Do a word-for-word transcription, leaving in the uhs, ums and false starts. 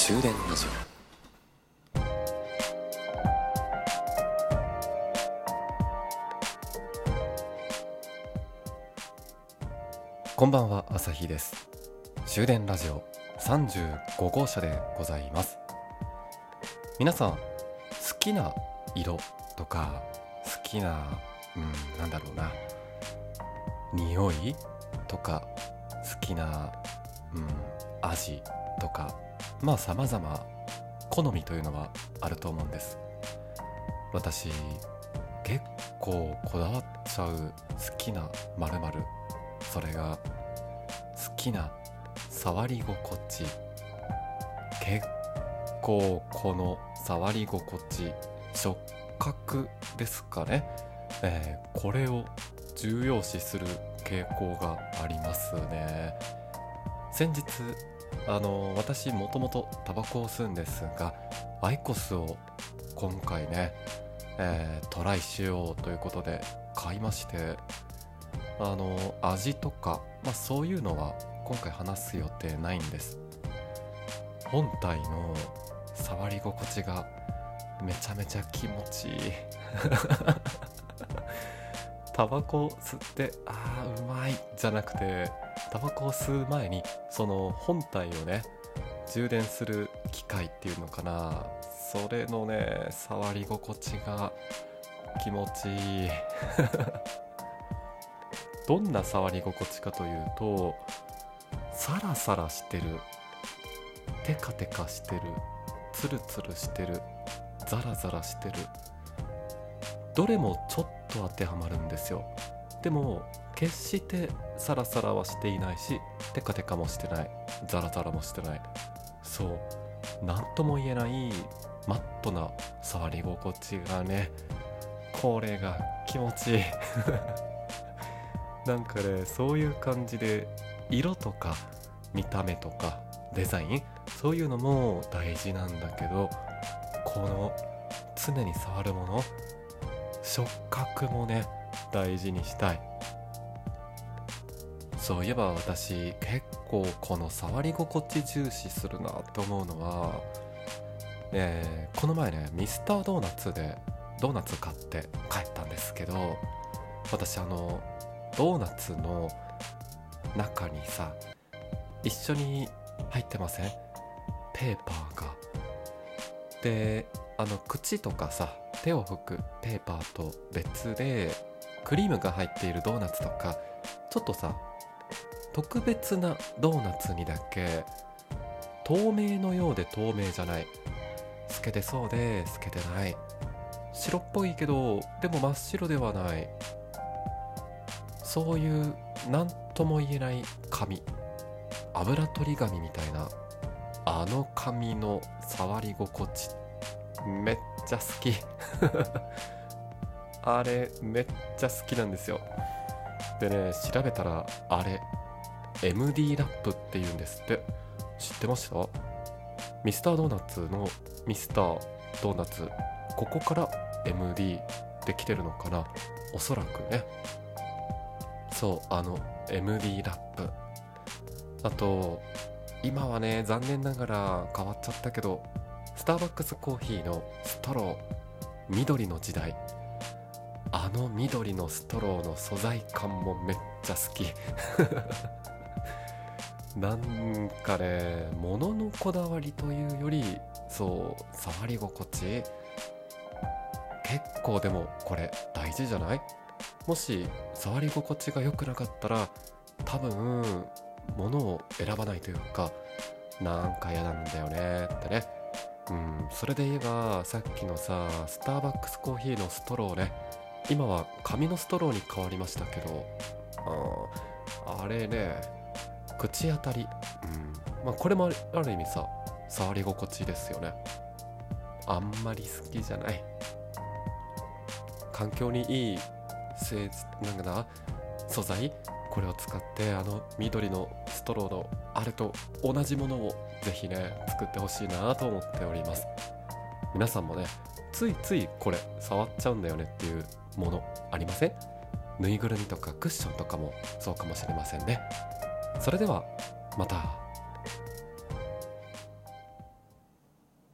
終電ラジオ。こんばんは、朝日です。終電ラジオさんじゅうご号車でございます。皆さん、好きな色とか好きな、うん、なんだろうな、匂いとか好きな、うん、味とか、まあ様々好みというのはあると思うんです。私結構こだわっちゃう好きな〇〇、それが好きな触り心地。結構この触り心地、触覚ですかね、えー、これを重要視する傾向がありますね。先日あの私もともとタバコを吸うんですが、アイコスを今回ね、えー、トライしようということで買いまして、あの味とか、まあ、そういうのは今回話す予定ないんです。本体の触り心地がめちゃめちゃ気持ちいいタバコ吸ってあーうまいじゃなくて、タバコを吸う前にその本体をね充電する機械っていうのかな、それのね触り心地が気持ちいいどんな触り心地かというと、サラサラしてる、テカテカしてる、ツルツルしてる、ザラザラしてる、どれもちょっと当てはまるんですよ。でも決してサラサラはしていないし、テカテカもしてない、ザラザラもしてない、そうなんとも言えないマットな触り心地がね、これが気持ちいいなんかね、そういう感じで色とか見た目とかデザイン、そういうのも大事なんだけど、この常に触るもの、触覚もね大事にしたい。そういえば私結構この触り心地重視するなと思うのは、えー、この前ねミスタードーナツでドーナツ買って帰ったんですけど、私あのドーナツの中にさ一緒に入ってません？ペーパーが。で、あの口とかさ手を拭くペーパーと別でクリームが入っているドーナツとか、ちょっとさ特別なドーナツにだけ透明のようで透明じゃない、透けてそうで透けてない、白っぽいけどでも真っ白ではない、そういう何とも言えない紙、油取り紙みたいなあの紙の触り心地めっちゃ好きあれめっちゃ好きなんですよ。でね、調べたらあれ エムディー ラップって言うんですって。知ってました？ミスタードーナツのミスタードーナツ、ここから エムディー できてるのかな、おそらくね。そう、あの エムディー ラップ。あと今はね残念ながら変わっちゃったけど、スターバックスコーヒーのストロー、緑の時代、あの緑のストローの素材感もめっちゃ好きなんかね、物のこだわりというより、そう触り心地、結構でもこれ大事じゃない？もし触り心地が良くなかったら多分物を選ばないというか、なんか嫌なんだよねってね。うん、それで言えばさっきのさスターバックスコーヒーのストローね、今は紙のストローに変わりましたけど、あ, あれね口当たり、うん、まあこれもある意味さ触り心地ですよね。あんまり好きじゃない。環境にいい製なんかな素材、これを使ってあの緑のストローのあれと同じものをぜひね作ってほしいなと思っております。皆さんもねついついこれ触っちゃうんだよねっていうものありません？ぬいぐるみとかクッションとかもそうかもしれませんね。それではまた。